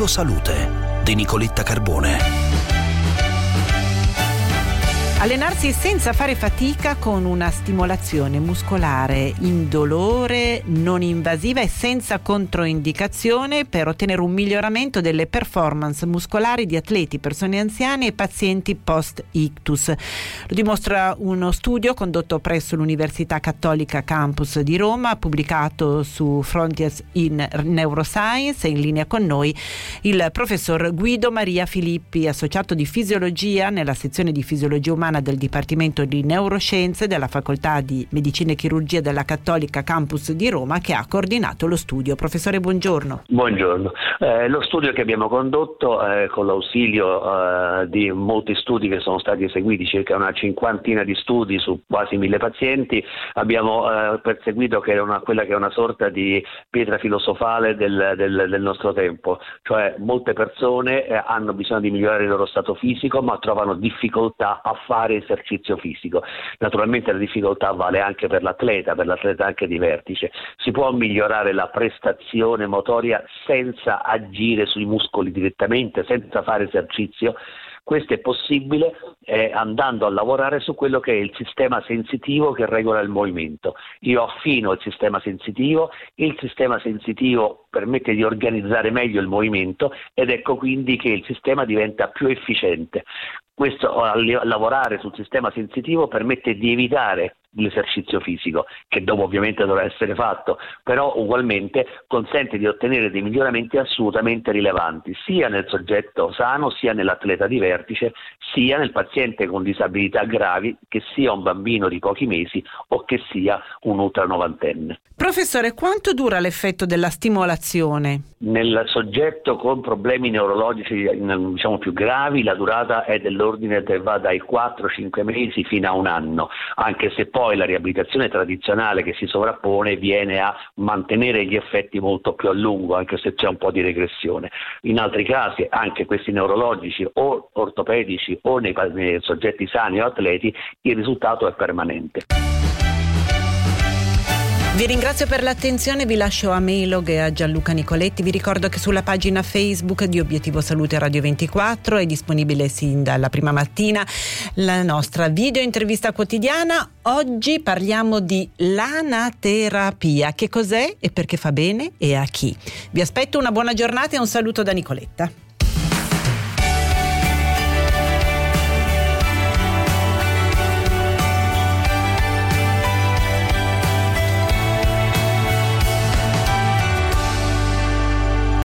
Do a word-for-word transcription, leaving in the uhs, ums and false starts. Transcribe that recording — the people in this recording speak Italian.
Obiettivo Salute di Nicoletta Carbone. Allenarsi senza fare fatica con una stimolazione muscolare indolore, non invasiva e senza controindicazione per ottenere un miglioramento delle performance muscolari di atleti, persone anziane e pazienti post-ictus. Lo dimostra uno studio condotto presso l'Università Cattolica Campus di Roma, pubblicato su Frontiers in Neuroscience, e in linea con noi il professor Guido Maria Filippi, associato di fisiologia nella sezione di fisiologia umana del Dipartimento di Neuroscienze della Facoltà di Medicina e Chirurgia della Cattolica Campus di Roma, che ha coordinato lo studio. Professore, buongiorno. Buongiorno. Eh, lo studio che abbiamo condotto eh, con l'ausilio eh, di molti studi che sono stati eseguiti, circa una cinquantina di studi su quasi mille pazienti, abbiamo eh, perseguito che è una, quella che è una sorta di pietra filosofale del, del, del nostro tempo, cioè molte persone eh, hanno bisogno di migliorare il loro stato fisico, ma trovano difficoltà a fare esercizio fisico. Naturalmente la difficoltà vale anche per l'atleta, per l'atleta anche di vertice. Si può migliorare la prestazione motoria senza agire sui muscoli direttamente, senza fare esercizio. Questo è possibile eh, andando a lavorare su quello che è il sistema sensitivo che regola il movimento. Io affino il sistema sensitivo, il sistema sensitivo permette di organizzare meglio il movimento ed ecco quindi che il sistema diventa più efficiente. Questo, a lavorare sul sistema sensitivo, permette di evitare l'esercizio fisico, che dopo ovviamente dovrà essere fatto, però ugualmente consente di ottenere dei miglioramenti assolutamente rilevanti, sia nel soggetto sano, sia nell'atleta di vertice, sia nel paziente con disabilità gravi, che sia un bambino di pochi mesi o che sia un ultranovantenne. Professore, quanto dura l'effetto della stimolazione? Nel soggetto con problemi neurologici diciamo più gravi la durata è dell'ordine che va dai quattro cinque mesi fino a un anno, anche se poi la riabilitazione tradizionale che si sovrappone viene a mantenere gli effetti molto più a lungo, anche se c'è un po' di regressione. In altri casi, anche questi neurologici o ortopedici o nei, nei soggetti sani o atleti, il risultato è permanente. Vi ringrazio per l'attenzione, vi lascio a Mailog e a Gianluca Nicoletti. Vi ricordo che sulla pagina Facebook di Obiettivo Salute Radio ventiquattro è disponibile sin dalla prima mattina la nostra video intervista quotidiana. Oggi parliamo di l'anaterapia. Che cos'è e perché fa bene e a chi? Vi aspetto una buona giornata e un saluto da Nicoletta.